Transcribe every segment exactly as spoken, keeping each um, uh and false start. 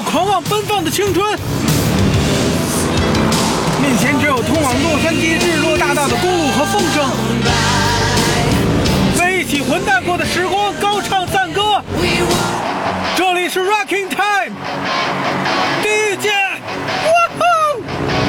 狂妄奔放的青春。面前只有通往洛杉矶日落大道的公路和风声，为一起混蛋过的时光高唱赞歌。这里是 Rocking Time 第一届，哇吼！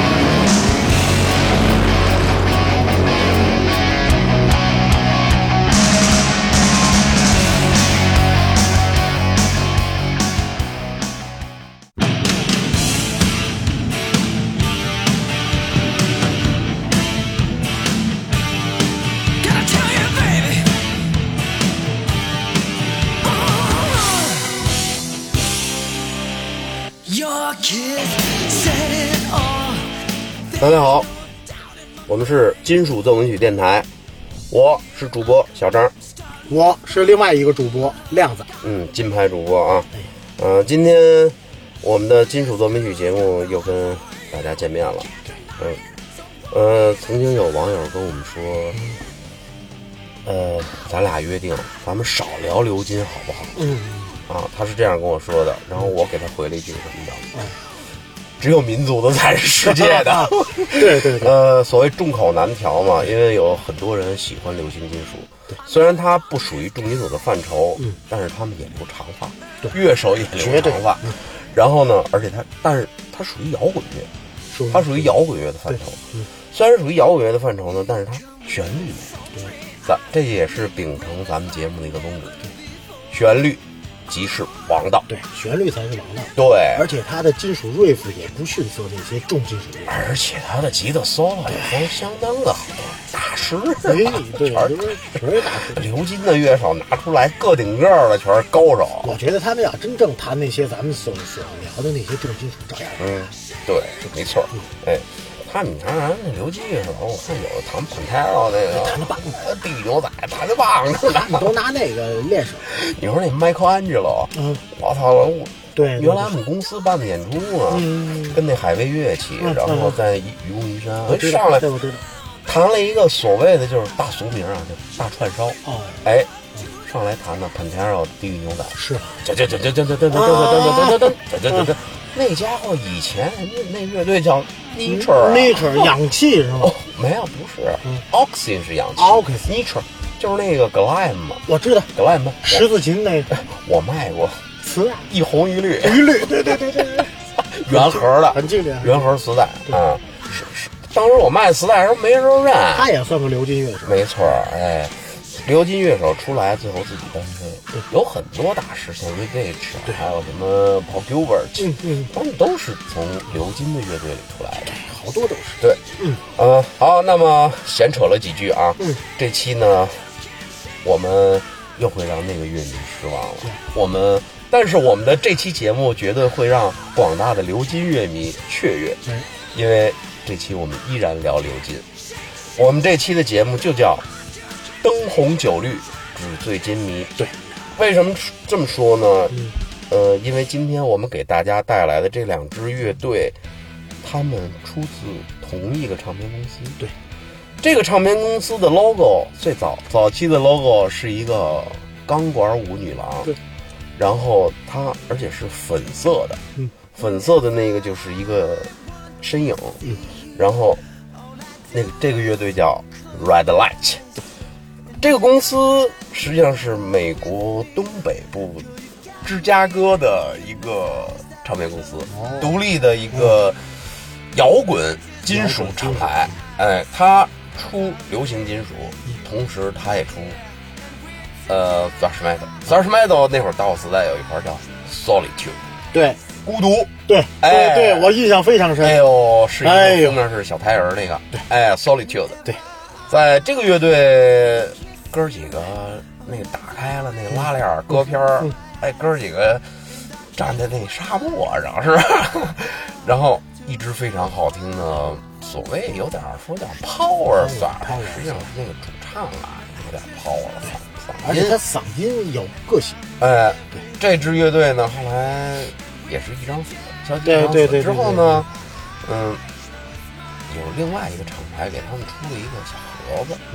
大家好，我们是金属奏鸣曲电台，我是主播小张， 我是另外一个主播亮子， 嗯，金牌主播啊，呃，今天我们的金属奏鸣曲节目又跟大家见面了，嗯，呃，曾经有网友跟我们说，呃，咱俩约定，咱们少聊流金好不好？ 嗯， 啊，他是这样跟我说的，然后我给他回了一句什么的？嗯，只有民族的才是世界的。 对对对。 呃，所谓众口难调嘛，因为有很多人喜欢流行金属，虽然它不属于重金属的范畴，嗯，但是他们也留长发，对，乐手也留长发。嗯、然后呢，而且它，但是它属于摇滚乐，它属于摇滚乐的范畴。嗯，虽然属于摇滚乐的范畴呢，但是它旋律没有。对，咱这也是秉承咱们节目的一个宗旨，旋律即是王道， 对，旋律才是王道。 对， 而且它的金属 riff 也不逊色那些重金属乐， 而且它的吉他 solo 也都相当的好，大师， 哎，对，就是全是大师。 流金的乐手拿出来个顶个的全是高手。 我觉得他们要真正弹那些咱们所所聊的那些重金属，照样。 嗯，对，没错。嗯、哎。他你看人那流金乐手，我看有的弹 Pantera 那个弹的棒， 地狱牛仔弹的棒着呢， 都拿那个练手。 你说那 Michelangelo， 嗯，我操了， 对， 原来我们公司办的演出嘛，嗯，跟那海卫乐器，嗯、然后在愚公移山， 我上来， 对，我知道， 弹了一个所谓的就是大俗名啊，叫大串烧。哦，哎，上来弹的 Pantera 地狱牛仔， 是， 这这这这这这这这这这这这这这这。那家伙以前人家那乐队叫 Nature，Nature 氧气是吗？ 哦，没有，不是、嗯、，Oxygen 是氧气 ，Oxygen Nature 就是那个 Glam 嘛， 我知道 Glam 十字琴那个， 我卖过， 磁带一红一绿， 一绿，对对对对对， 圆盒的， 很经典， 圆盒磁带啊，是是，当时我卖磁带的时候没人认， 他也算个流金乐手， 没错，哎。流金乐手出来，最后自己单飞，有很多大师，像 Rick H， 还有什么 Paul Gilbert， 嗯嗯，他们都是从流金的乐队里出来的， 好多都是。 对，嗯，呃，好，那么闲扯了几句啊，嗯，这期呢，我们又会让那个乐迷失望了，我们，但是我们的这期节目绝对会让广大的流金乐迷雀跃，嗯，因为这期我们依然聊流金，我们这期的节目就叫灯红酒绿，纸醉金迷。对，为什么这么说呢？嗯、呃，因为今天我们给大家带来的这两支乐队，他们出自同一个唱片公司。对，这个唱片公司的 logo 最早早期的 logo 是一个钢管舞女郎，对，然后它而且是粉色的，嗯，粉色的那个就是一个身影，嗯，然后那个这个乐队叫 Red Light。这个公司实际上是美国东北部芝加哥的一个唱片公司，哦、独立的一个摇滚金属厂牌。哎，它出流行金属，同时它也出呃 thrash metal。thrash metal 那会儿到磁带有一块叫 Solitude， 对， 孤独， 对，哎，对，我印象非常深。 哎呦，是一个封面是小台人那个，对，哎 ，Solitude， 对， 在这个乐队。哥几个那个打开了那个拉链歌片儿、嗯，哎，哥几个站在那沙漠上是吧？然后一支非常好听的，所谓有点说点 power 算，实际上是那个主唱啊有点 power 嗓， 而且他嗓音有个性。 哎，对，这支乐队呢，后来也是一张死，消息对对对， 之后呢，嗯，有另外一个厂牌给他们出了一个小盒子，嗯。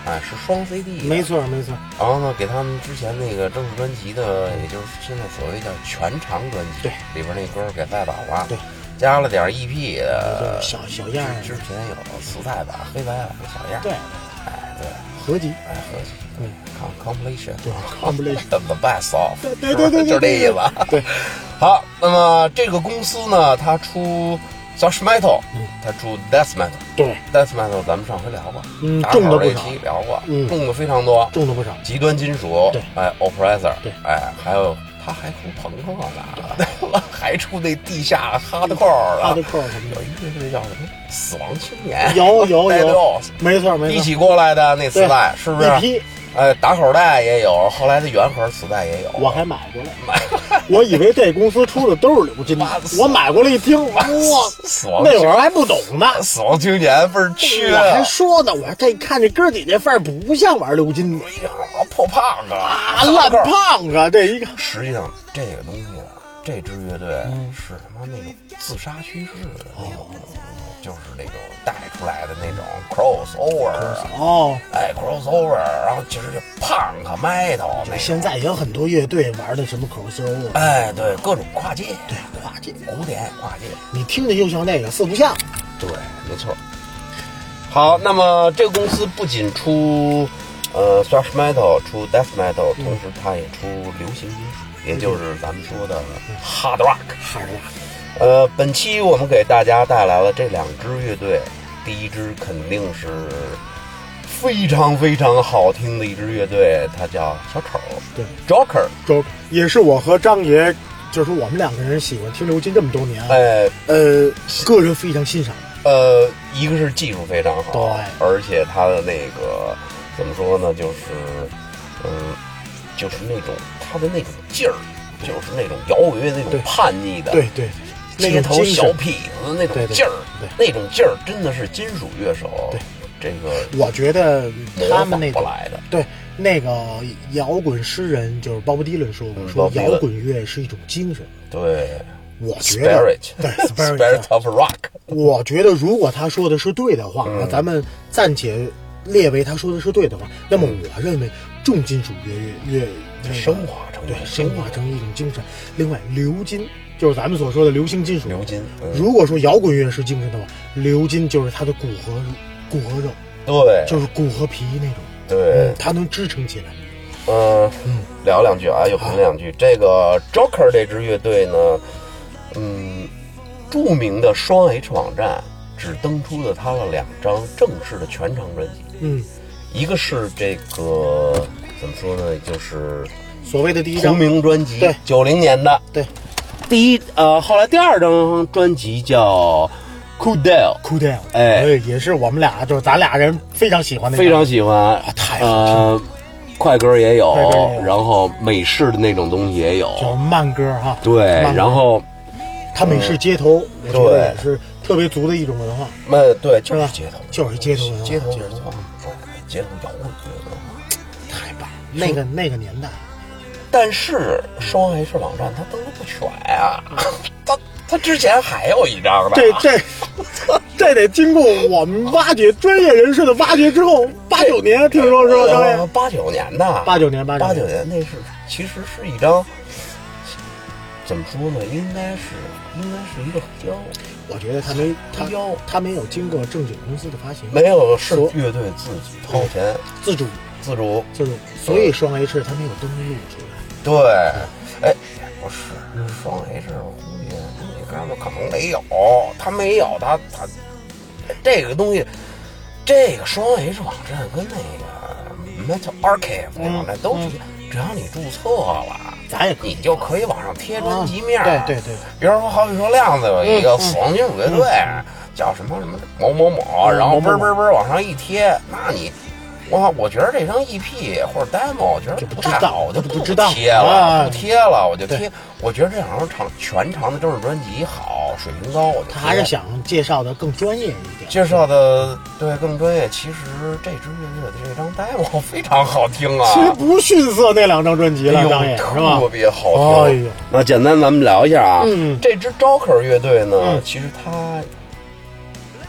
哎，是双 C D， 没错没错。 然后呢，给他们之前那个正式专辑的，也就是现在所谓叫全长专辑， 对， 里边那歌给再版了， 对， 加了点 E P 的小小样儿， 之前有磁带版、黑白版的小样， 对， 哎对， 合集， 哎合集， 嗯 ，compilation， 对 compilation the best of， 对对对对， 就这意思。 对， 好，那么这个公司呢，它出 thrash metal，它出 death metal， 对 death metal 咱们上回聊过， 嗯， 打重的不少， 这期聊过， 嗯， 重的非常多， 重的不少， 极端金属， 对， 哎 oppressor， 对， 哎，还有他还出朋克呢，还出那地下哈德克的， 哈德克什么有一个乐队叫什么死亡青年， 有有有，没错没错， 一起过来的那磁带是不是？ 一批。 哎，打口袋也有，后来的原盒磁带也有， 我还买过来， 买， 我以为这公司出的都是鎏金的，我买过来一听，哇，那会儿还不懂呢， 死亡青年倍儿缺， 我还说呢，我说这看这哥几这范儿不像玩鎏金的， 哎呀，破胖子啊，烂胖子，这一个， 实际上这个东西呢，这支乐队是他妈那种自杀趋势的那种。就是那种带出来的那种 crossover， 哦， 哎 crossover， 然后其实就 punk metal， 那现在也有很多乐队玩的什么 crossover， 哎，对，各种跨界， 对，跨界， 古典跨界， 你听着又像那个，四不像， 对，没错。好，那么这个公司不仅出呃 thrash metal， 出 death metal， 同时它也出流行金属，也就是咱们说的 hard rock，hard rock。 呃，本期我们给大家带来了这两支乐队，第一支肯定是非常非常好听的一支乐队，它叫小丑， 对 ，Joker， Joker 也是我和张爷，就是我们两个人喜欢听鎏金这么多年， 哎， 呃，个人非常欣赏。 呃，一个是技术非常好， 对， 而且他的那个怎么说呢，就是，嗯，就是那种他的那种劲儿，就是那种摇滚乐那种叛逆的， 对对。 街头小痞子那种劲儿， 对， 那种劲儿真的是金属乐手。 对， 这个我觉得他们那个来的， 对那个摇滚诗人就是鲍勃迪伦说过，说摇滚乐是一种精神。 对， 我觉得对 ，Spirit of Rock。 我觉得如果他说的是对的话，那咱们暂且列为他说的是对的话，那么我认为重金属乐乐乐升华成对升华成一种精神。另外，鎏金。就是咱们所说的流行金属， 鎏金。 嗯、如果说摇滚乐是精神的话，鎏金就是它的骨骼骨骼肉， 对， 就是骨和皮那种， 对， 嗯、它能支撑起来。 嗯嗯，聊两句啊，又评两句。啊、这个 Joker 这支乐队呢，嗯，著名的双 H 网站只登出了他的两张正式的全长专辑， 嗯， 一个是这个怎么说呢，就是所谓的第一张同名专辑， 对， 九零年的， 对。 第一呃，后来第二张专辑叫 Cool Down，Cool Down， 哎， 也是我们俩就是咱俩人非常喜欢的， 非常喜欢， 啊、太好听了。 呃，快歌也有， 快歌也有然后美式的那种东西也有， 叫慢歌哈。 对，然后它美式街头，我觉得也是特别足的一种文化。 呃，对，就是街头， 就是街头文化， 街头文化，街头摇滚文化， 太棒！那个那个年代。 但是双 H 网站它登录不全啊，它它之前还有一张呢。 这这这得经过我们挖掘专业人士的挖掘之后，八九年听说是吧？张爷， 八九年的， 八九年八八九年那是其实是一张，怎么说呢？应该是应该是一个胶。 我觉得他没他他没有经过正经公司的发行， 没有是乐队自己掏钱自主自主自主，所以双 H 他没有登录出来。 对，哎，不是双 H， 我估计你刚才可能没有，他没有，他他这个东西，这个双 H 网站跟那个 Metal Archive 那网站都是， 嗯、 只要你注册了， 咱也你就可以往上贴专辑面。 对对对， 比如说，好比说亮子有一个死亡金属乐队， 嗯、 叫什么什么某某某， 嗯、 然后嘣嘣嘣往上一贴，那你。我我觉得这张 E P 或者 demo， 我觉得不太好，我就不贴了， 啊、 不贴了，我就贴。我觉得这两张长全长的正式专辑好，水平高，我就贴。 他还是想介绍的更专业一点， 介绍的对更专业。其实这支乐队的这张 demo 非常好听啊， 其实不逊色那两张专辑了，张也是吧？ 特别好听。 哎呦， 那简单咱们聊一下啊， 嗯， 这支 Joker 乐队呢， 嗯、 其实它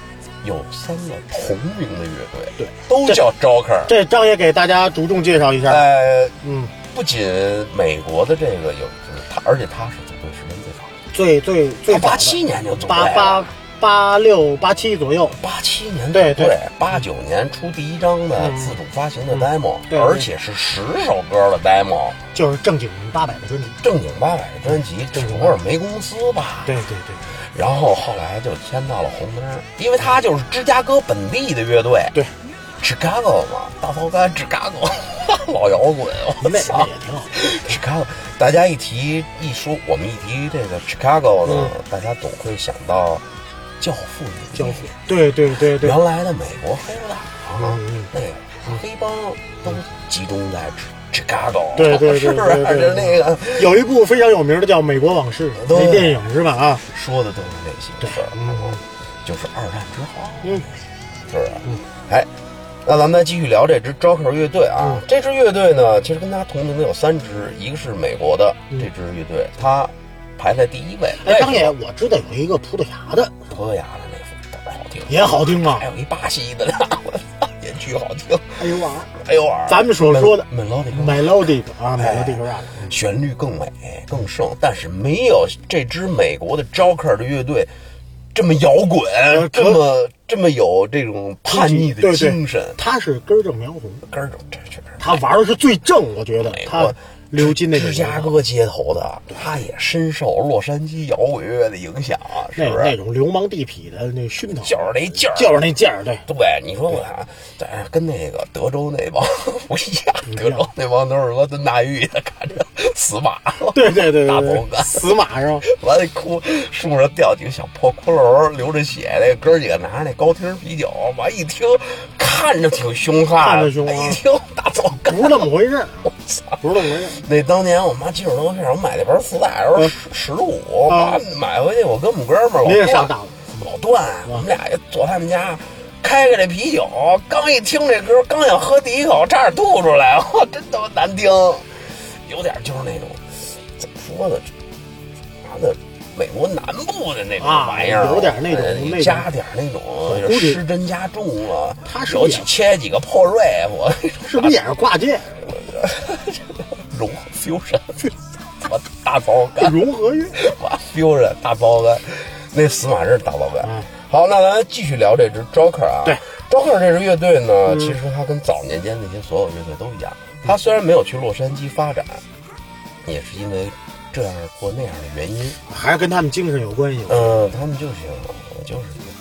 有三个同名的乐队， 对， 都叫 Joker。 这张也给大家着重介绍一下。 呃， 嗯， 不仅美国的这个有，就是他，而且他是组队时间最长的， 最最最八七年就组队八八八六八七左右， 八七年对对， 八九年出第一张的自主发行的 demo，、 嗯、 而且是十首歌的 demo， 就是正经八百的专辑， 正经八百的专辑，只不过是没公司吧？ 对对对。 然后后来就签到了红灯，因为他就是芝加哥本地的乐队， 对 ，Chicago 嘛，大糟干 Chicago， 老摇滚，我操， 也挺好。 Chicago， 大家一提一说，我们一提这个 Chicago 呢，嗯、大家总会想到教父， 教父，对对对对， 原来的美国黑手党， 嗯、 那个黑帮都集中在 Chicago， 对对对， 是不是？那个有一部非常有名的叫《美国往事》，那电影是吧？啊， 说的都是那些事儿， 嗯， 就是二战之后， 嗯， 是不是？嗯，哎，那咱们再继续聊这支 Joker 乐队啊。 嗯、 这支乐队呢，其实跟它同名的有三支，一个是美国的这支乐队，它排在第一位。 哎，张爷，我知道有一个葡萄牙的， 葡萄牙的那副倍儿好听， 也好听啊。 还有一巴西的呢，我操，也巨好听。 哎呦啊！ 哎呦啊！ 咱们所说的 melodic melodic 啊 melodic rap， 旋律更美更盛，但是没有这支美国的 Joker 的乐队这么摇滚，这么这么有这种叛逆的精神。 他是根正苗红， 根正，这确实他玩的是最正，我觉得他流金那芝加哥街头的，他也深受洛杉矶摇滚乐的影响，是不是？ 那种流氓地痞的那熏陶， 就是那劲儿， 就是那劲儿，对对。你说我看，但是跟那个德州那帮不一样，德州那帮都是什么蹲大狱的，看着死马， 对对对， 大头哥死马是吧？ 完了哭，树上掉几个小破骷髅，流着血，那哥几个拿着那高听啤酒，完一听看着挺凶悍， 看着凶悍， 一听大糟干， 不是那么回事， 我操， 不是那么回事。 那当年我妈记着东西，我买那盘磁带，时候十五，妈买回去，我跟我们哥们儿老段，老段，我们俩坐他们家，开开这啤酒，刚一听这歌，刚想喝第一口，差点吐出来，哇，真他妈难听，有点就是那种怎么说呢，妈的美国南部的那种玩意儿、 啊，有点那种， 那加点那种失真加重了， 他是有几切几个破瑞，我是不是也是挂件？ 融 fusion， 我大糟干融合乐， 我 fusion 大糟干，那死马真是大糟干。 嗯、 好，那咱继续聊这支 Joker 啊。 对 ，Joker 这支乐队呢， 嗯、 其实它跟早年间那些所有乐队都一样，它虽然没有去洛杉矶发展，也是因为这样或那样的原因， 还是跟他们精神有关系。 嗯，他们就行，就是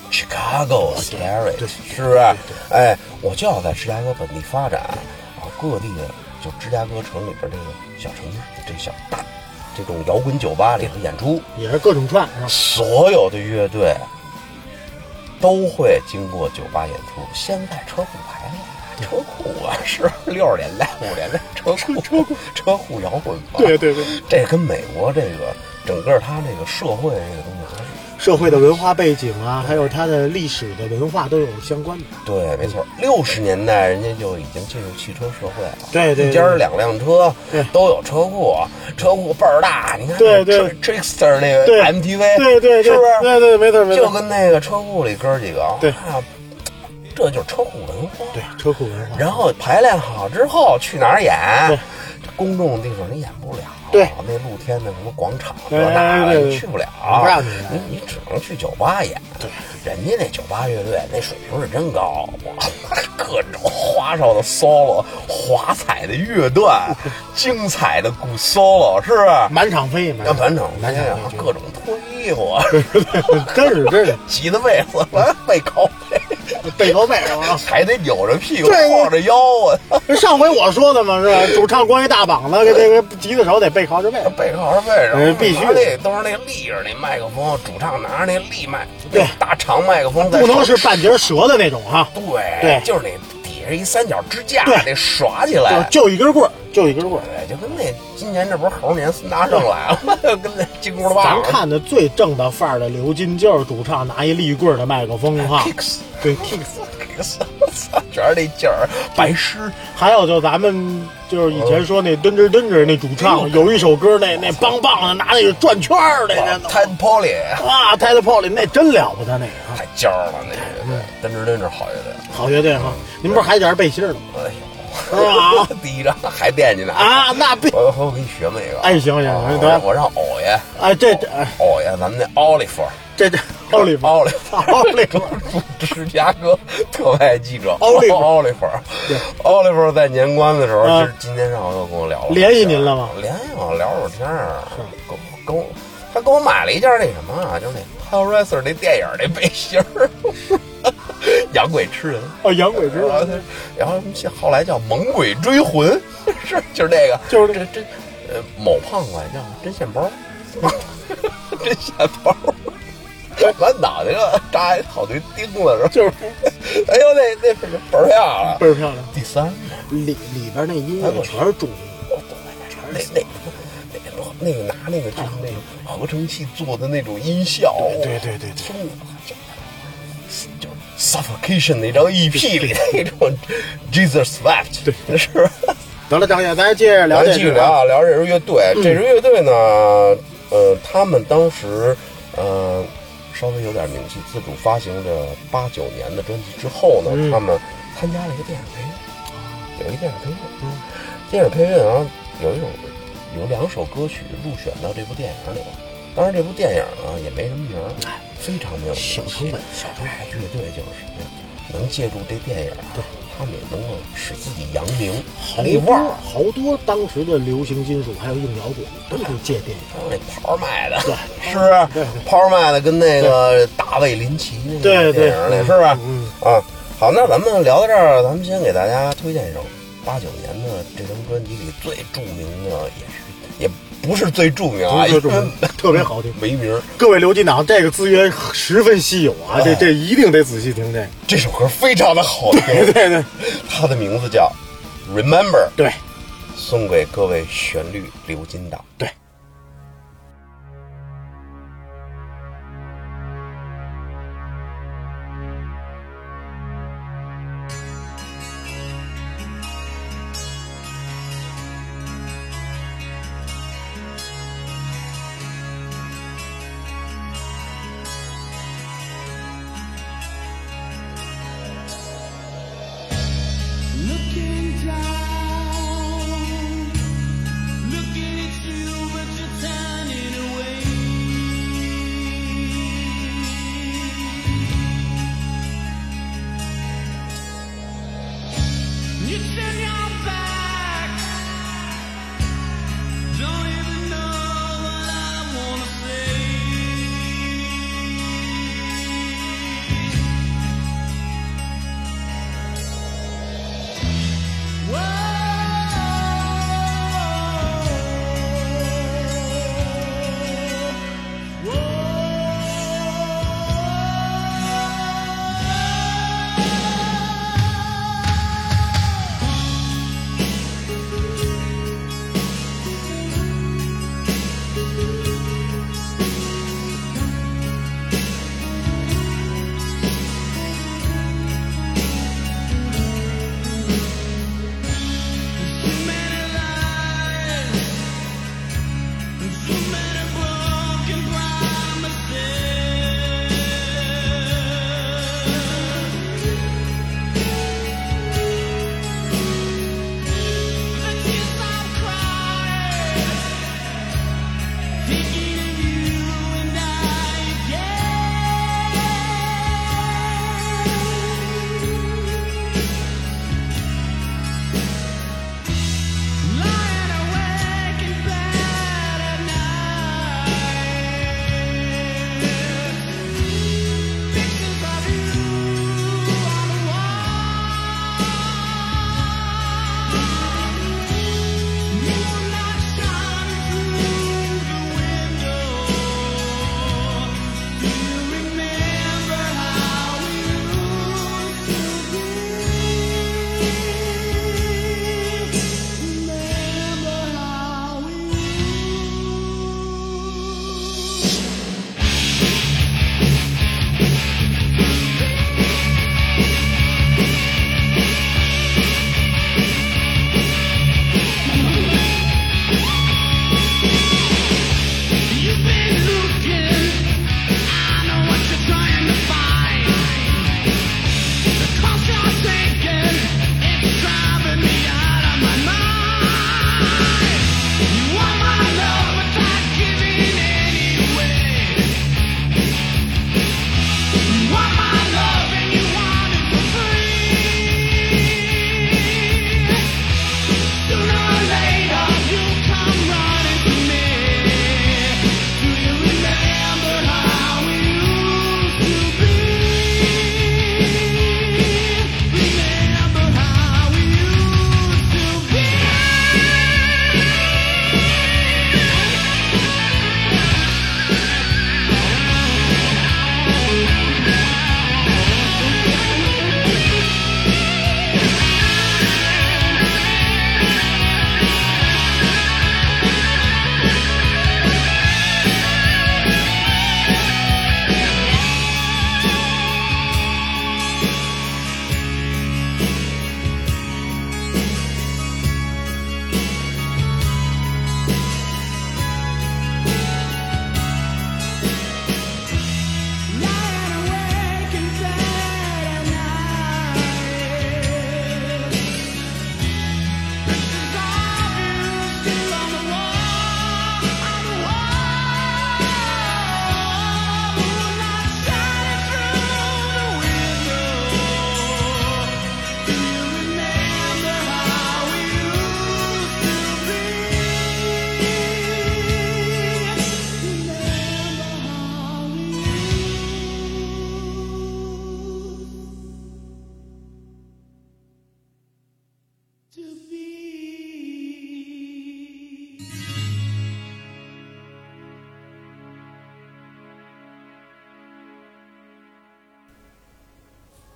Chicago Spirit， 是不是？哎，我就要在芝加哥本地发展啊，各地的就芝加哥城里边这个小城市，这小大这种摇滚酒吧里的演出， 也是各种串， 所有的乐队都会经过酒吧演出，先在车库排练。车库啊，是六十年代、五十年代车库、车库、车库摇滚吧？ 对对对， 这跟美国这个整个它这个社会这个东西它是。 社会的文化背景啊，还有它的历史的文化都有相关的。 对，没错。六十年代人家就已经进入汽车社会了， 对对， 一家两辆车， 对， 都有车库，车库倍儿大。你看， 对对 ，Trickster 那个 M T V， 对对， 是不是？ 对对，没错没错。 就跟那个车库里哥几个， 对啊，这就是车库文化。 对，车库文化。 然后排练好之后去哪儿演？ 对， 公众地方你演不了。 对， 那露天的什么广场这那的你去不了， 不让你你你只能去酒吧演。 对， 人家那酒吧乐队那水平是真高，哇，各种花哨的 solo， 华彩的乐段，精彩的鼓 solo， 是不是？ 满场飞， 要满场满场飞，各种脱衣服， 真是真是， 骑的被子完背靠背。 背靠背是吧？ 还得扭着屁股晃着腰啊！ 上回我说的嘛，是吧？主唱光一大膀子，这这个吉他手得背靠着背， 背靠着背上， 嗯、必须那都是那立着那麦克风，主唱拿着那立麦， 对， 大长麦克风， 不能是半截折的那种哈。 对对， 就是那底下一三角支架， 对， 得耍起来， 就一根棍儿，就一根棍儿。 对，就跟那今年这不是猴年孙大圣来了，跟那金箍棒。 咱看的最正的范儿的刘金，就是主唱拿一立棍的麦克风哈。 Kicks， 对 ，Kicks。 全是那劲儿，白狮。 还有就咱们就是以前说那蹲着蹲着那主唱，有一首歌那那棒棒的拿那个转圈儿的那 Ted Polly 啊 ，Ted Polly 那真了不得那个， 太尖儿了那个。 嘚哧嘚哧好乐队， 好乐队哈！你们不是还有点背心呢吗？ 哎呦，啊，第一张还惦记呢啊！那别， 我我给你学那个。 哎，行行， 我我让偶爷， 哎，这这偶爷，咱们那奥利弗， 这这奥利弗， 奥利弗， 奥利弗， 芝加哥特派记者奥利弗， 奥利弗，奥利弗在年关的时候，就是今天上午又跟我聊了， 联系您了吗？ 联系我，聊会儿天儿，跟跟我，他给我买了一件那什么啊，就是那 Hellraiser 那电影那背心儿。养鬼吃人哦，养鬼吃人， 然后后来叫猛鬼追魂，是就是那个， 就是这这呃某胖子叫针线包，针线包，满脑袋上扎一好堆钉子是吧？ 就是， 哎呦那那倍儿漂亮， 倍儿漂亮。 第三里里边那音乐全是中文， 那那那那个拿那个就是那个合成器做的那种音效， 对对对对， 听着就。Suffocation 那张 E P 里那种 Jesus Wept， 对， 是吧？ 得了，张姐，咱接着聊， 继续聊啊，聊这支乐队。嗯、这支乐队呢，呃，他们当时呃稍微有点名气，自主发行着八九年的专辑之后呢，嗯、他们参加了一个电影配乐，有一个电影配乐，嗯，电影配乐啊，有一首有两首歌曲入选到这部电影里了。当然，这部电影呢也没什么名儿，非常没有小成本，小成本。 乐队就是能借助这电影，对，他们也能够使自己扬名立万。 好多当时的流行金属还有硬摇滚都是借电影， 那泡麦的， 对， 是泡麦的跟那个大卫林奇那个电影那是吧？ 嗯啊，好，那咱们聊到这儿，咱们先给大家推荐一首八九年的这张专辑里最著名的，也是也。不是最著名啊， 最著名，特别好听， 没名。 各位刘金党，这个资源十分稀有啊，这这一定得仔细听这。 这首歌非常的好听， 对对对， 它的名字叫 Remember， 对， 送给各位旋律刘金党， 对。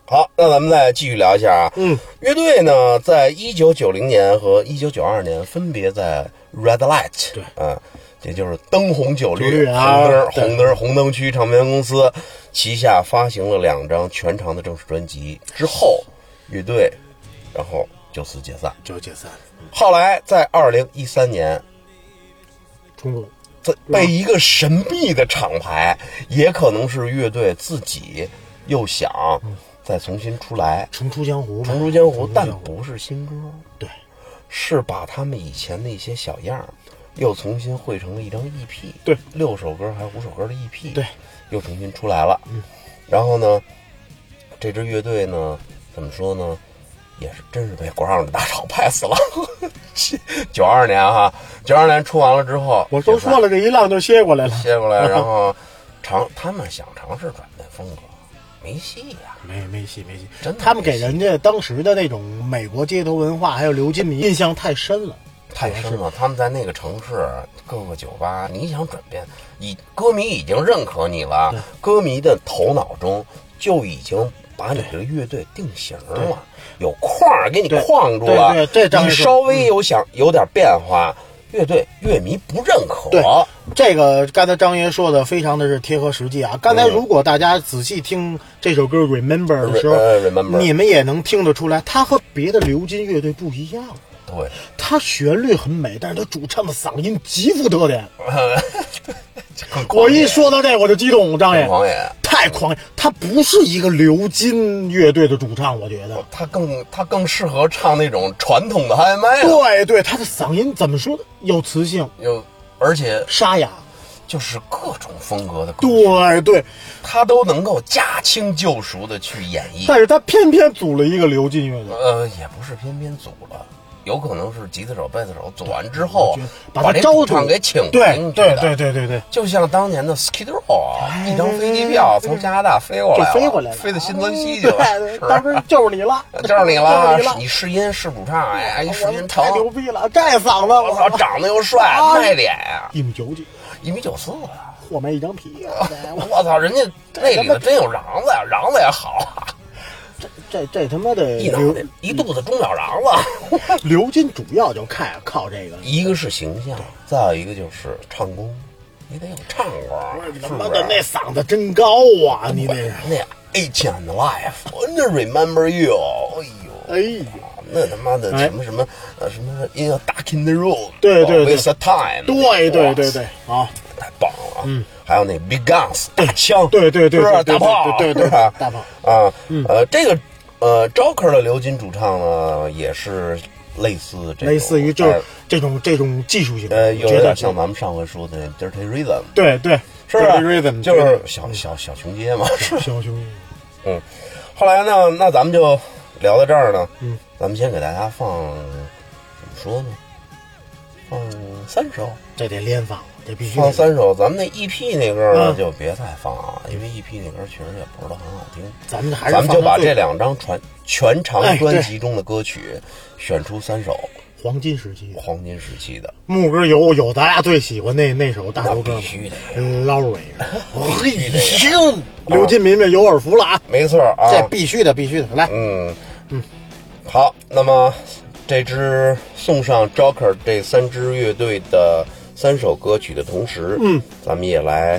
好，那咱们再继续聊一下啊。 嗯， 乐队呢，在一九九零年和一九九二年分别在 Red Light， 对， 啊，也就是灯红酒绿， 酒绿啊红灯对红灯红灯区唱片公司旗下发行了两张全长的正式专辑之后，乐队然后就此解散。 就解散， 后来在二零一三年， 重组。 在被一个神秘的厂牌，也可能是乐队自己又想再重新出来， 重出江湖吧， 重出江湖，但重出江湖不是新歌， 对， 是把他们以前的一些小样儿又重新汇成了一张 E P， 对， 六首歌还有五首歌的 E P， 对， 又重新出来了。 嗯， 然后呢，这支乐队呢，怎么说呢，也是真是被国上的大厂拍死了。九二年哈，九二年出完了之后， 我都说了，这一浪就歇过来了， 歇过来，然后尝他们想尝试转变风格，没戏呀、 没没戏没戏， 真的没戏他们给人家当时的那种美国街头文化还有流金迷印象太深了， 太深了。他们在那个城市各个酒吧，你想转变，以歌迷已经认可你了，歌迷的头脑中就已经把你这个乐队定型了，有框儿给你框住了。 对对对这张你稍微有想有点变化，乐队乐迷不认可。 对，这个刚才张爷说的非常的是贴合实际啊。刚才如果大家仔细听这首歌《Remember》的时候， 呃，Remember 你们也能听得出来，它和别的流金乐队不一样。 对， 它旋律很美，但是它主唱的嗓音极富特点。 更狂野我一说到这我就激动，张爷更狂野， 太狂野，他不是一个流金乐队的主唱，我觉得。 他更他更适合唱那种传统的 Hi M。 对对，他的嗓音怎么说呢？有磁性， 有而且沙哑， 就是各种风格的歌曲， 对对， 他都能够驾轻就熟的去演绎。 但是他偏偏组了一个流金乐队。 呃，也不是偏偏组了，有可能是吉他手、贝斯手组完之后， 把他这主招住唱给请对进去的。 对对对对对， 就像当年的 Skid Row 啊，一张飞机票从加拿大飞过来了， 就飞过来了， 飞到新泽西去了， 对是吧当时就是你了， 就是你了， 就是你了， 你试音试主唱，哎，一试音太成， 牛逼了，这嗓子， 我操，长得又帅，卖脸呀， 一米九几， 一米九四啊。 和没一张皮啊！ 我操，人家那里头真有瓤子呀，瓤子也好啊， 这这这他妈的一脑袋一肚子中小瓤子。 流金主要就靠靠这个， 一个是形象，再有一个就是唱功，你得有唱功，是他不是？ 妈的那嗓子真高啊！你得那 Eighteen and Life， 那 Remember You， 哎呦， 哎呦， 那他妈的什么什么呃什么 In a Dark in the Road， 对对对 ，With a Time， 对对对对啊！ 太棒了，嗯，还有那 Big Guns 大枪， 对对对是吧？ 对大炮， 对对是吧？ 大炮啊，呃，这个呃 Joker 的流金主唱呢，也是类似这种类似于就是哎这种这种技术性， 呃，有觉得点像咱们上回说的那 Dirty Rhythm， 对对， 是吧 Dirty Rhythm 就是小小小穷街嘛，是吧？ 小兄弟， 嗯，后来呢，那咱们就聊到这儿呢， 嗯， 咱们先给大家放怎么说呢？放三首， 这得连放，这必须放三首。咱们那 E P 那歌呢， 嗯就别再放了，因为 E P 那歌确实也不是很好听。 咱们还是咱们就把放最这两张全全长哎专辑中的歌曲选出三首黄金时期， 黄金时期的。 木哥有有咱俩最喜欢那那首大那头歌必须的呀， ，Lowry， 必须的呀刘金民民有耳福了啊！ 没错啊， 这必须的，必须的，来， 嗯嗯，好，那么这支送上 Joker 这三支乐队的三首歌曲的同时， 嗯， 咱们也来，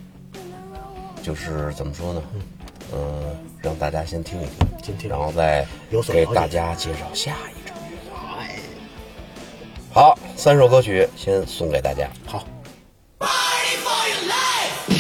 就是怎么说呢？嗯、呃，让大家先听一听， 先听然后再有所了解给大家介绍下一支乐队。 哎， 好，三首歌曲先送给大家。 好。 Fighting for your life.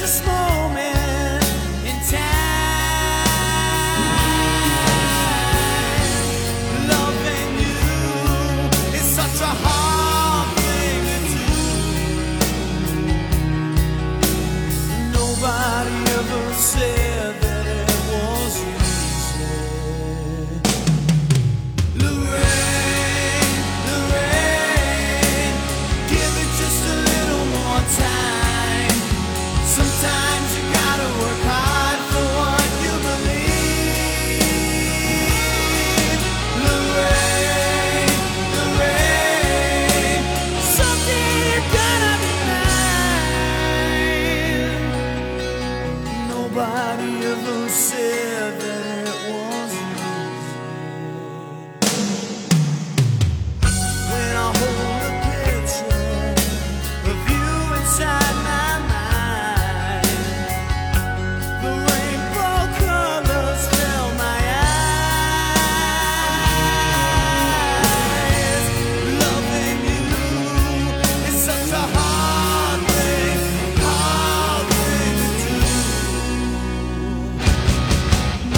precious moment in time. Loving you is such a hard thing to do. Nobody ever said that it was easy. Lorraine, Lorraine, give it just a little more time. Sometimes you gotta work hard for what you believe. Lorraine, Lorraine, someday you're gonna be mine. Nobody ever said that it was easy. When I hold a picture of you inside my mind, the rainbow colors fill my eyes. Loving you is such a hard thing, hard thing to do.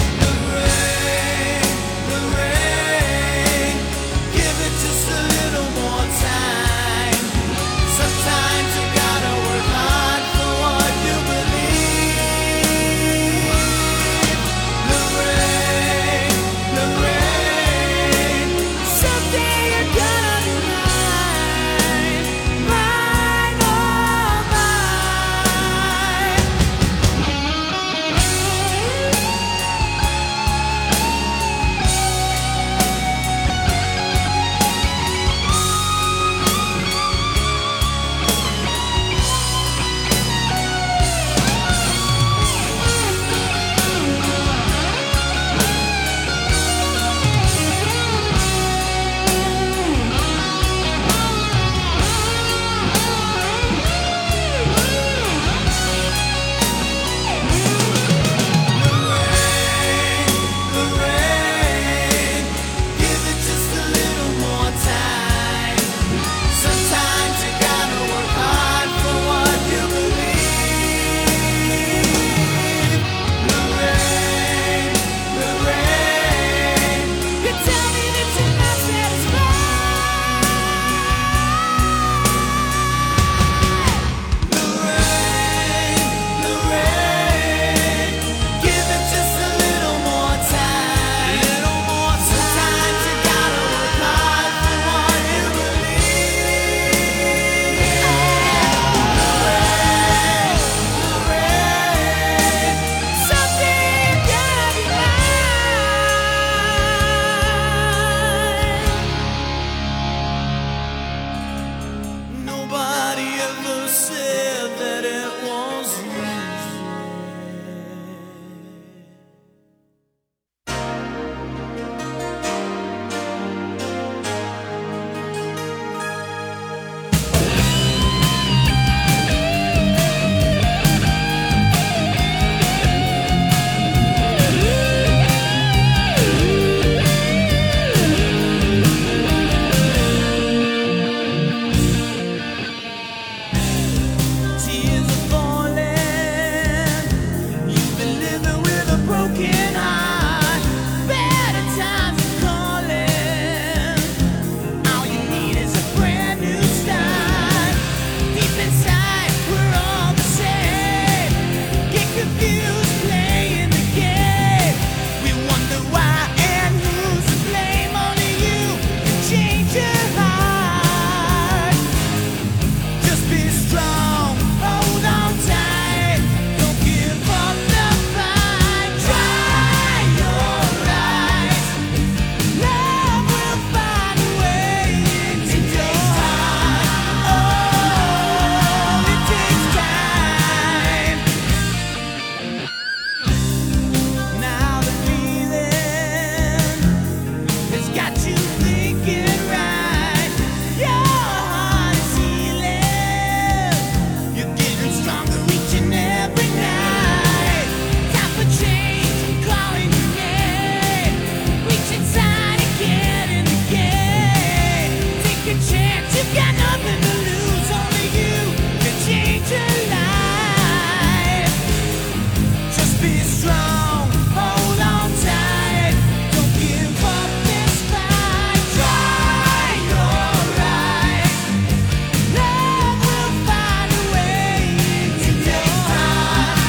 strong. Hold on tight. Don't give up this fight. Try your right. Love will find a way. It takes time.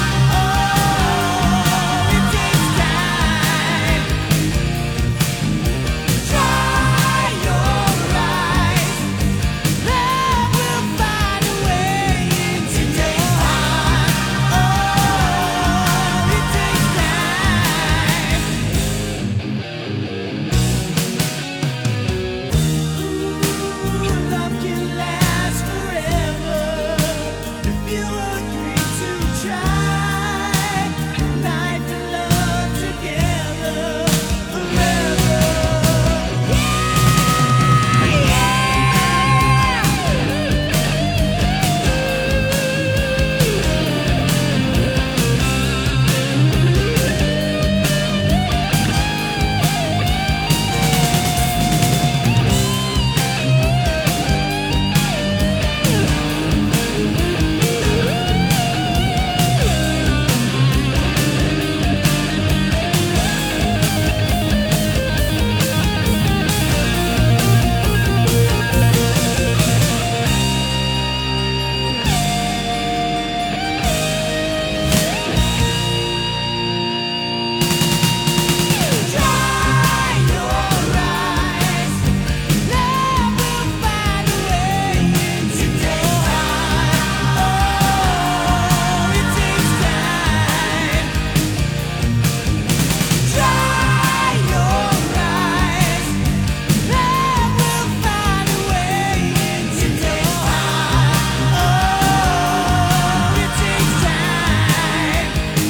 Oh, it takes time. Try your right. Love will find a way. It takes time. Oh, it takes time. Ooh, love can last forever if you agree to try. Life and love together forever. Yeah, try your right. Love will find a way. It takes time. Oh, it takes time. Try your right. Love will find a way. It takes time. Oh, it takes time.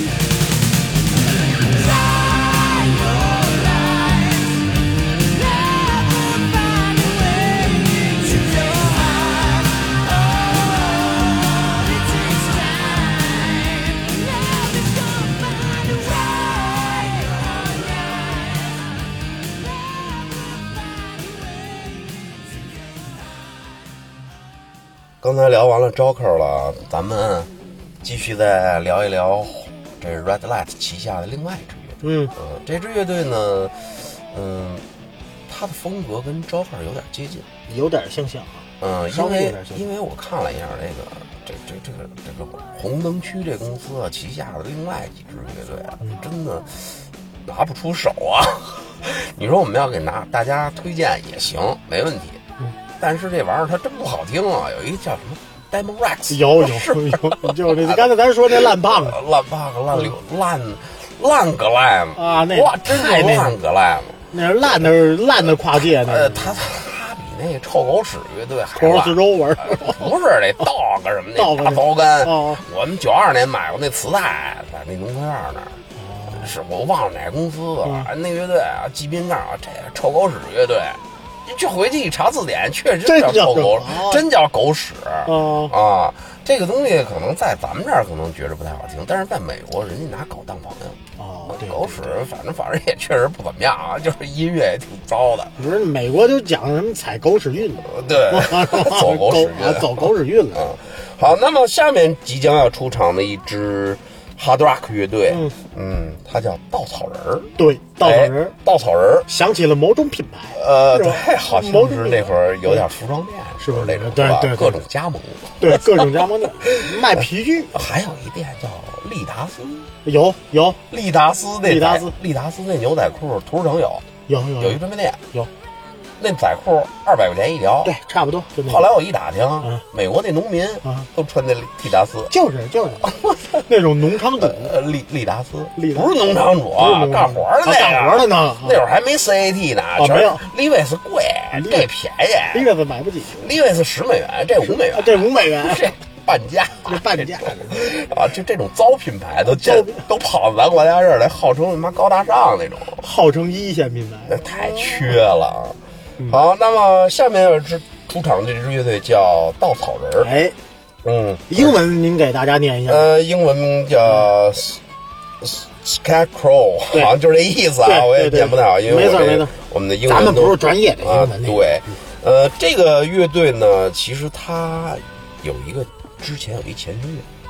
Try your right. Love will find a way. It takes time. Oh, it takes time. Love is gonna find a way. Love will find a way. 刚才聊完了 Joker 了，咱们继续再聊一聊这 Red Light 旗下的另外一支乐队。 嗯呃，这支乐队呢，嗯，它的风格跟 Joker 有点接近。 有点像像啊。 嗯， 稍因为微有点像因为我看了一下这个这这这个这个红灯区这公司啊旗下的另外几支乐队啊，真的拿不出手啊。你说我们要给拿大家推荐也行，没问题。 嗯， 但是这玩意儿它真不好听啊，有一个叫什么 Demon Rex， 有有是有，就是那刚才咱说那烂棒子烂棒子烂流烂烂格赖嘛啊，那哇，真是太那烂格赖嘛。 那是烂的烂的跨界那呃， 个。 他他比那个臭狗屎乐队还 Cross 烂。 Rover 不是那 Dog 什么那 Dog 大糟干， 哦我们九二年买过那磁带，在那农科院那儿。是我忘了哪个公司了， 嗯那乐队啊，记宾杠啊，这臭狗屎乐队，你去回去一查字典，确实真叫臭狗， 叫真叫狗屎哦啊！这个东西可能在咱们这儿可能觉着不太好听，但是在美国人家拿狗当朋友。 哦，对， 狗屎，反正反正也确实不怎么样啊，就是音乐也挺糟的。 不是美国就讲什么踩狗屎运的， 对，走狗屎运， 啊走狗屎运了。 嗯，好，那么下面即将要出场的一支 Hard Rock 乐队， 嗯嗯，它叫稻草人儿。 对，稻草人哎，稻草人儿， 想起了某种品牌， 呃， 是吧对，好像是那会儿有点服装店， 是吧那种，吧对对对各种加盟。 对，各种加盟店卖皮具， 还有一店叫利达斯， 有有利达斯那利达斯仔利达斯那牛仔裤，图书城有有有有一专卖店， 有， 那仔裤二百块钱一条。 对，差不多就那个。 后来我一打听， 嗯美国那农民啊都穿那利达斯， 就是就是那种农场主， 呃，利利达斯， 利达斯不是农场主不是农场主干活的那个， 啊干活的呢那会儿还没 C A T 呢，全是没有利威斯贵， 利这便宜， 这个子买不起， 利威斯十美元，这五美元啊，这五美元， 这半价， 这半价啊！这这种糟品牌都糟见都跑到咱国家这儿来，号称他妈高大上那种， 号称一线品那牌， 太缺了啊！好，那么下面有支出场的这支乐队叫稻草人儿， 哎， 嗯， 英文您给大家念一下， 呃，英文叫 Scarecrow， 好像就这意思啊， 对我也对对念不太好，因为我这没错没错我们的英文咱们都不是专业的英啊文，那个对，呃，这个乐队呢，其实它有一个之前有一前身乐，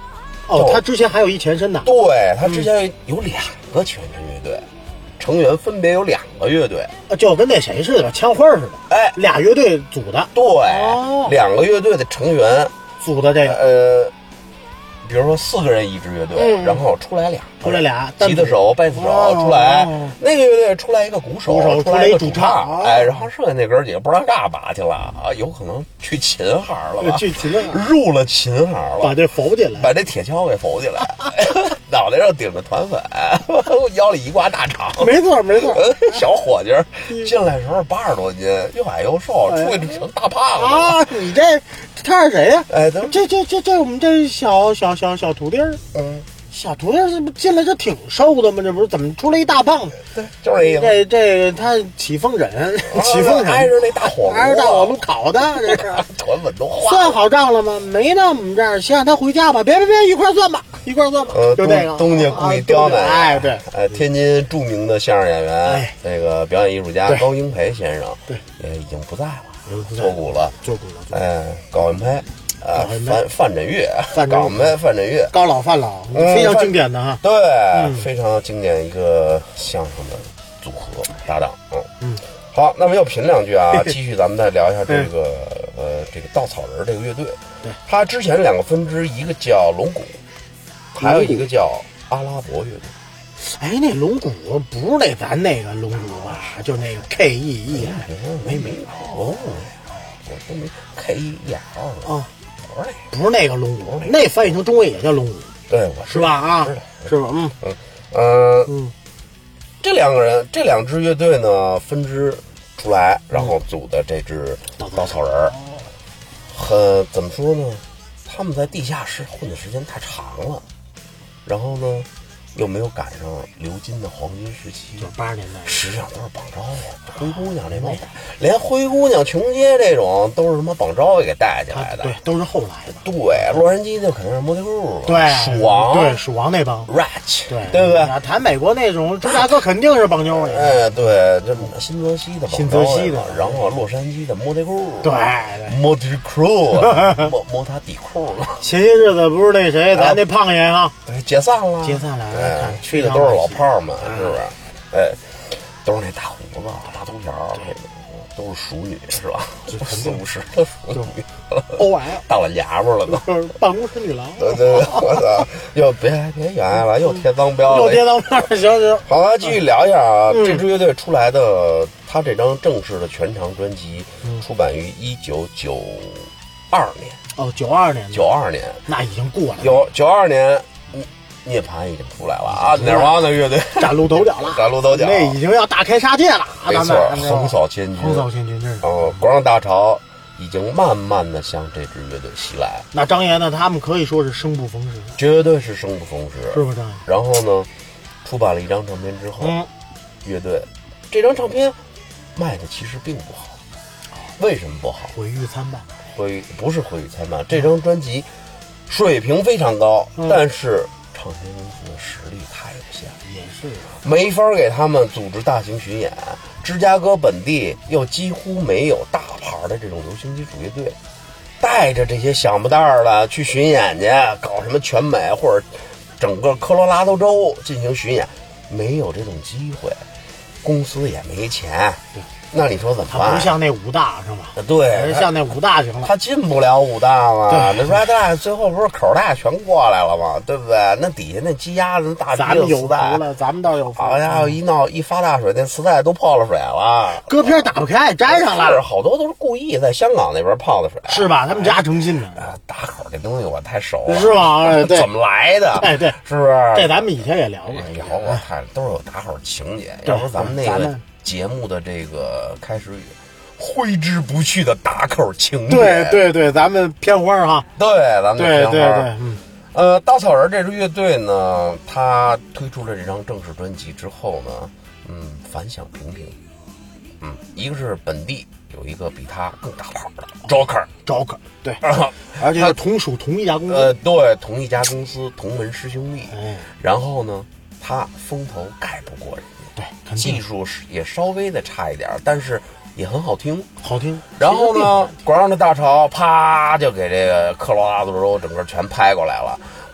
哦，他之前还有一前身呢。 对，他之前有两个全身乐队，成员分别有两个乐队， 就跟那谁似的，枪花似的。 哎， 俩乐队组的。 对， 哦、 两个乐队的成员组的这个。 呃。比如说四个人一支乐队，嗯、然后出来俩， 出来俩， 吉他手、贝斯手、哦、出来，哦、那个乐队出来一个鼓手， 鼓手出来一个主唱， 哦、 哎，然后剩下那哥几个不知道干嘛去了啊，有可能去琴行了吧？ 去琴行， 入了琴行了， 把这缝起来， 把这铁锹给缝起来，脑袋上顶着团粉，腰里一挂大肠， 没错没错， 小伙计进来的时候八十多斤，又矮又瘦，出去成大胖子啊！你这他是谁呀？ 哎， 这这这这我们这小小小小徒弟儿。 嗯， 小徒弟这不进来这挺瘦的吗？这不是怎么出来一大胖子？ 对，就是这意思。 这这他起风疹，啊、起风疹挨着那大火炉， 挨着大火炉烤的，这是团粉都化。 算好账了吗？没那么这儿，先让他回家吧。别别别，一块算吧，一块算吧。 呃， 就这个东家故意刁难。 哎，对， 哎，天津著名的相声演员， 哎、 那个表演艺术家高英培先生， 对， 也已经不在了，作古了， 作古了。 哎，高英培。啊，范范振岳， 范港妹范振岳， 高老范老，非常经典的哈。 对，嗯、非常经典一个相声的组合搭档。嗯嗯， 好，那么又品两句啊，继续咱们再聊一下这个呃这个稻草人这个乐队。 对， 他之前两个分支，一个叫龙骨，还有一个叫阿拉伯乐队。 哎，那龙骨不是那咱那个龙骨啊，就那个 K E E， 没没哦，我都没 K E E R 啊。不是那个龙骨，那翻译成中文也叫龙骨， 对，我是吧？啊，是吧？嗯嗯嗯嗯，这两个人，这两支乐队呢分支出来，然后组的这支稻草人儿，很怎么说呢？他们在地下室混的时间太长了，然后呢又没有赶上刘金的黄金时期， 就八十年代， 实际上都是绑招呀，灰姑娘这帮，连灰姑娘、琼街这种都是什么绑招给带起来的， 对，都是后来的。 对，洛杉矶就肯定是摩天库， 对， 鼠王， 对，鼠王那帮 ，Ratch， 对， 对不对？ 谈美国那种芝加哥肯定是绑妞的， 哎，对，这新泽西的， 新泽西的， 然后洛杉矶的摩天库， 对， 摩天库，摩摩塔底库， 前些日子不是那谁，咱那胖爷啊， 对，解散了， 解散了， 哎，去的都是老炮们，是不是？哎，都是那大胡子、大秃瓢，都是熟女，是吧？四五十的熟女 ，O L 大老娘们了都， 办公室女郎。 对对对，我操！又别别远了，又贴脏标了， 又贴脏标了，行行。 好了，继续聊一下啊，这支乐队出来的，他这张正式的全长专辑出版于一九九二年。 哦，九二年， 九二年， 那已经过了。 有九二年。涅槃已经出来了啊！哪帮的乐队崭露头角了， 崭露头角， 那已经要大开杀戒了。 没错，横扫千军， 横扫千军，真是。 哦，国浪大潮已经慢慢的向这支乐队袭来。 那张岩呢？他们可以说是生不逢时， 绝对是生不逢时， 是不是张岩？ 然后呢，出版了一张唱片之后， 嗯， 乐队这张唱片卖的其实并不好。为什么不好？ 毁誉参半。 毁不是毁誉参半，这张专辑水平非常高， 嗯、 但是。唱片公司的实力太有限， 也是没法给他们组织大型巡演。芝加哥本地又几乎没有大牌的这种流行基础乐队，带着这些响不蛋的去巡演去，搞什么全美或者整个科罗拉多州进行巡演，没有这种机会，公司也没钱。那你说怎么办？ 他不像那武大是吗？ 对， 像那武大行了， 他进不了武大嘛。那 Red Eye 最后不是口袋全过来了吗？对不对？那底下那鸡鸭子大咱们有福了，咱们倒有福。 好家伙，一闹一发大水，那磁带都泡了水了， 歌片打不开，粘上了。 是好多都是故意在香港那边泡的水， 是吧？他们家诚信的。 啊，打口这东西我太熟了， 是吧？对， 怎么来的？ 哎，对， 是不是？ 这咱们以前也聊过， 聊过，太都是有打口情节。要不咱们那个节目的这个开始挥之不去的打口情节， 对对对，咱们片花哈， 对，咱们对对对，嗯， 呃，稻草人这支乐队呢，他推出了这张正式专辑之后呢，嗯，反响平平，嗯，一个是本地有一个比他更大牌的 Joker，Joker， 对，而且同属同一家公司， 呃，对，同一家公司，同门师兄弟， 哎， 然后呢，他风头盖不过人家， 对， 技术也稍微的差一点，但是也很好听， 好听。 然后呢，国上的大潮啪就给这个科罗拉多州整个全拍过来了。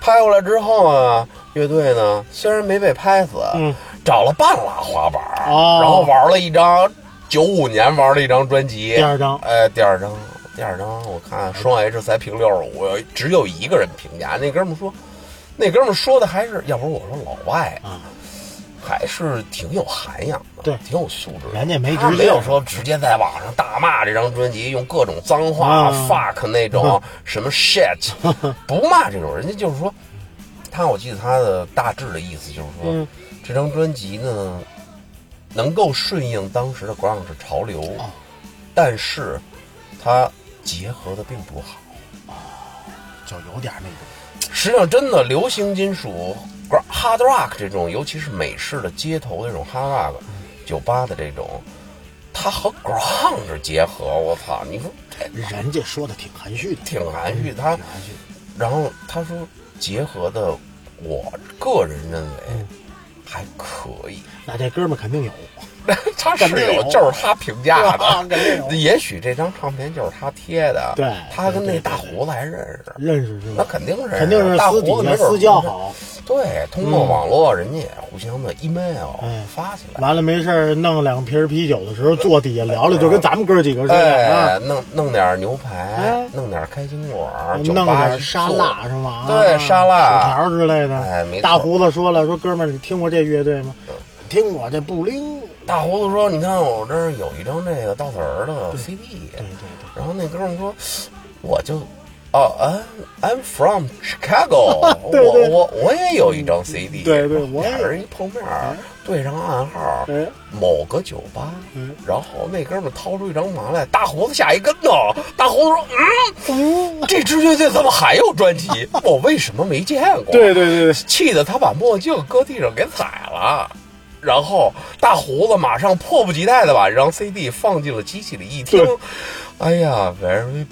拍过来之后啊，乐队呢虽然没被拍死， 嗯， 找了半拉滑板， 哦然后玩了一张九五年玩了一张专辑， 第二张， 哎，第二张，第二张我看双 H 才评六十五，只有一个人评价，那哥们说，那哥们说的还是，要不是我说老外啊。 还是挺有涵养的， 对， 挺有素质的。 人家没他直接没有说直接在网上大骂这张专辑，用各种脏话、 啊、 fuck 那种什么 shit， 不骂这种。人家就是说，他我记得他的大致的意思就是说， 嗯、 这张专辑呢能够顺应当时的 grunge 潮流， 哦、 但是它结合的并不好， 哦，就有点那种。 实际上，真的流行金属。hard rock 这种，尤其是美式的街头这种 hard rock，、嗯、酒吧的这种，它和 grunge 结合，我操！你说人家说的挺含蓄的， 挺含蓄。他，然后他说结合的，我个人认为、嗯、还可以。 那这哥们肯定有， 他是有，就是他评价的。 也许这张唱片就是他贴的， 对， 他跟那大胡子还认识， 认识是吧？ 那肯定认识， 肯定是大胡子没准私交好。 对，通过网络，人家也互相的 email 发起来， 完了没事弄两瓶啤酒的时候，坐底下聊聊，就跟咱们哥几个似的， 哎，弄弄点牛排，弄点开心果， 弄点沙拉是吗？ 对，沙拉、 薯条之类的。 哎，没错。 大胡子说了，说哥们儿，你听过这乐队吗？听过，这布灵。 大胡子说，你看我这儿有一张这个稻草人的 C D， 对对对。 然后那哥们说，我就。哦、oh, ，I'm from Chicago 对对我我我也有一张 C D， 对对，我俩人一碰面，哎、对上暗号， 哎、 某个酒吧， 哎、 然后那哥们掏出一张麻来，大胡子下一跟头，大胡子说：“嗯，这支乐队怎么还有专辑？我为什么没见过？” 对对对， 气得他把墨镜搁地上给踩了。然后大胡子马上迫不及待的把这张 C D 放进了机器里一听，哎呀 ，very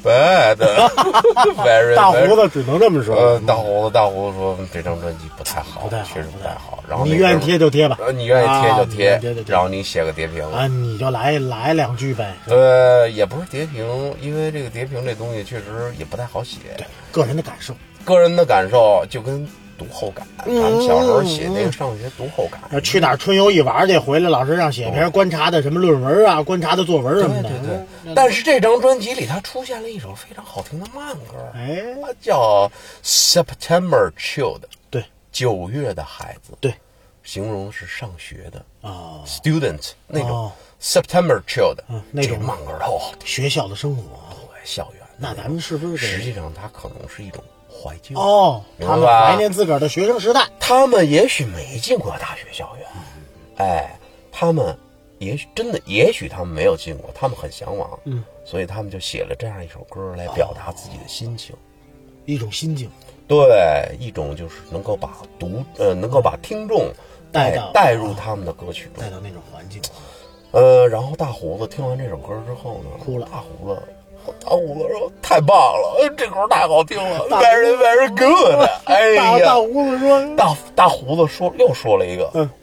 bad，very 大胡子只能这么说。 呃，大胡子大胡子说这张专辑不太好， 不太好， 确实不太好。然后你愿意贴就贴吧， 呃，你愿意贴就贴， 啊、 然后你写个碟评啊，你就来来两句呗。 呃，也不是碟评，因为这个碟评这东西确实也不太好写， 对，个人的感受， 个人的感受就跟。读后感，咱们小时候写那个上学读后感， 嗯、去哪儿春游一玩去，回来老师让写篇观察的什么论文啊，观察的作文什么的。 对对对。嗯、但是这张专辑里，它出现了一首非常好听的慢歌， 哎， 它叫 September Child， 对， 九月的孩子， 对， 形容是上学的啊、哦、 ，student 那种、 哦、 September Child，、 嗯、那种慢歌都好听， 学校的生活， 对，校园。 那咱们是不是实际上它可能是一种。怀旧哦，他们怀念自个儿的学生时代。 他们也许没进过大学校园，嗯、哎，他们也许真的，也许他们没有进过，他们很向往， 嗯， 所以他们就写了这样一首歌来表达自己的心情，哦、 一种心境， 对，一种就是能够把读呃，能够把听众带到带入他们的歌曲中， 带到那种环境。 呃，然后大胡子听完这首歌之后呢， 哭了。 大胡子。大胡子说：“太棒了，这歌太好听了 ，very very good。”哎呀， 大胡子说， 大大胡子说又说了一个、 嗯、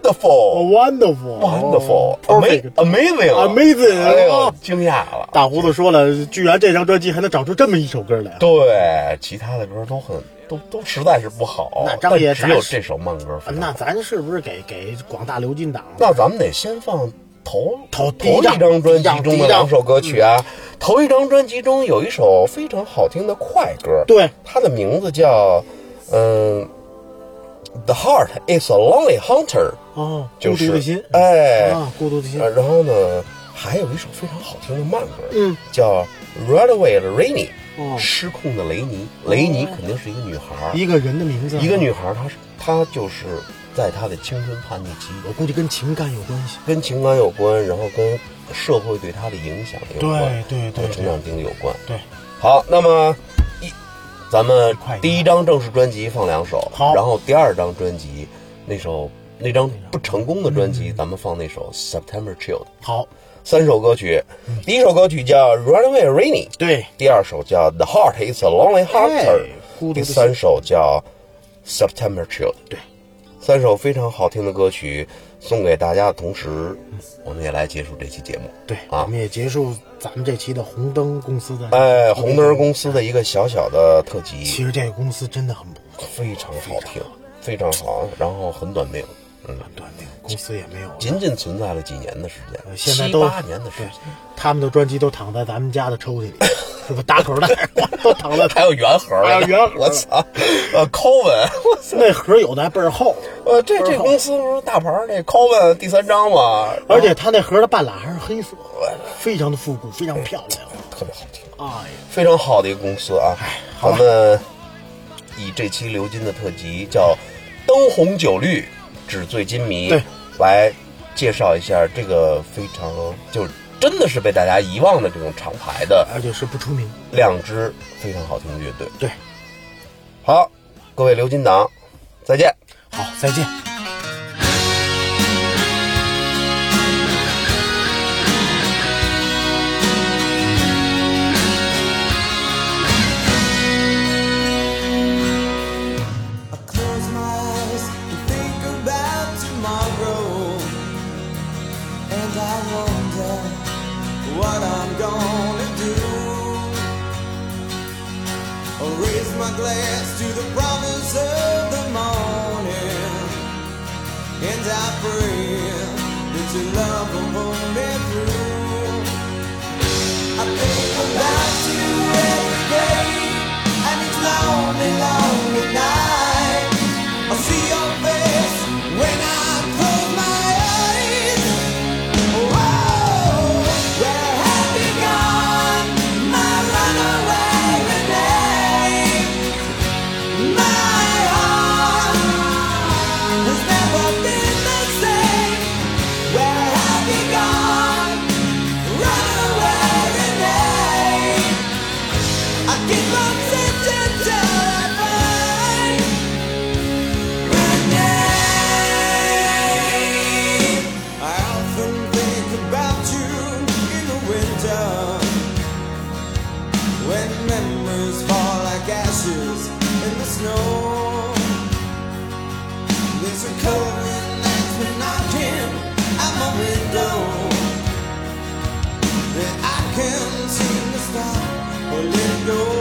，wonderful，wonderful，amazing，amazing，哎呦，惊讶了。 大胡子说了，居然这张专辑还能找出这么一首歌来。 对，其他的歌都很都都实在是不好。 那张爷只有这首慢歌。 那咱是不是给给广大流金党？ 那咱们得先放。头头头一张专辑中的两首歌曲啊，头一张专辑中有一首非常好听的快歌， 对， 它的名字叫嗯 ，The Heart is a Lonely Hunter， 哦， 就是孤独的心， 哎， 啊，孤独的心。 然后呢，还有一首非常好听的慢歌， 嗯， 叫 Runaway Rainy， 哦， 失控的雷尼，雷尼肯定是一个女孩， 一个人的名字， 一个女孩，她是她就是。在他的青春叛逆期， 我估计跟情感有关系， 跟情感有关，然后跟社会对他的影响有关， 对对对， 成长经历有关。 对， 好，那么一，咱们第一张正式专辑放两首， 好， 然后第二张专辑那首那张不成功的专辑，嗯、咱们放那首 September Child。 好， 三首歌曲，嗯、第一首歌曲叫 Runaway Rainy， 对， 第二首叫 The Heart is a Lonely Hunter，、 哎、 第三首叫 September Child， 对。 三首非常好听的歌曲送给大家的同时，我们也来结束这期节目。 对， 啊， 我们也结束咱们这期的红灯公司的哎，红灯公司的一个小小的特辑。 其实这个公司真的很不错， 非常好听，非常好，然后很短命，嗯， 很短命，公司也没有， 仅仅存在了几年的时间， 现在都七八年的时间， 他们的专辑都躺在咱们家的抽屉里，是不打口袋都躺在， 还有原盒， 还有原盒， 我操，呃 ，Coven， 我操， 那盒有的还倍儿厚， 呃，这这公司不是大牌那 Coven 第三张嘛， 而且他那盒的半拉还是黑色，非常的复古，非常漂亮， 特别好听， 哎呀， 非常好的一个公司啊， 好咱们以这期刘金的特辑叫灯红酒绿纸醉金迷， 对， 来介绍一下这个非常就是真的是被大家遗忘的这种厂牌的， 而且是不出名， 两支非常好听的乐队。 对， 好，各位刘金党，再见。 好，再见。 What I'm gonna do. I'll raise my glass to the promise of the morning, and I pray that your love will pull me through. I think about you every day, and each lonely, lonely night I'll see your face when I close my eyes. Whoa, where have you gone, my runaway Renee? My heart has never been the same. Where have you gone, runaway Renee? I keep on searching till I find Renee. I often think about you in the winter, when memories fall like ashes in the snow. There's a cold wind that's been knocking at my window that I can't seem to stop or let go.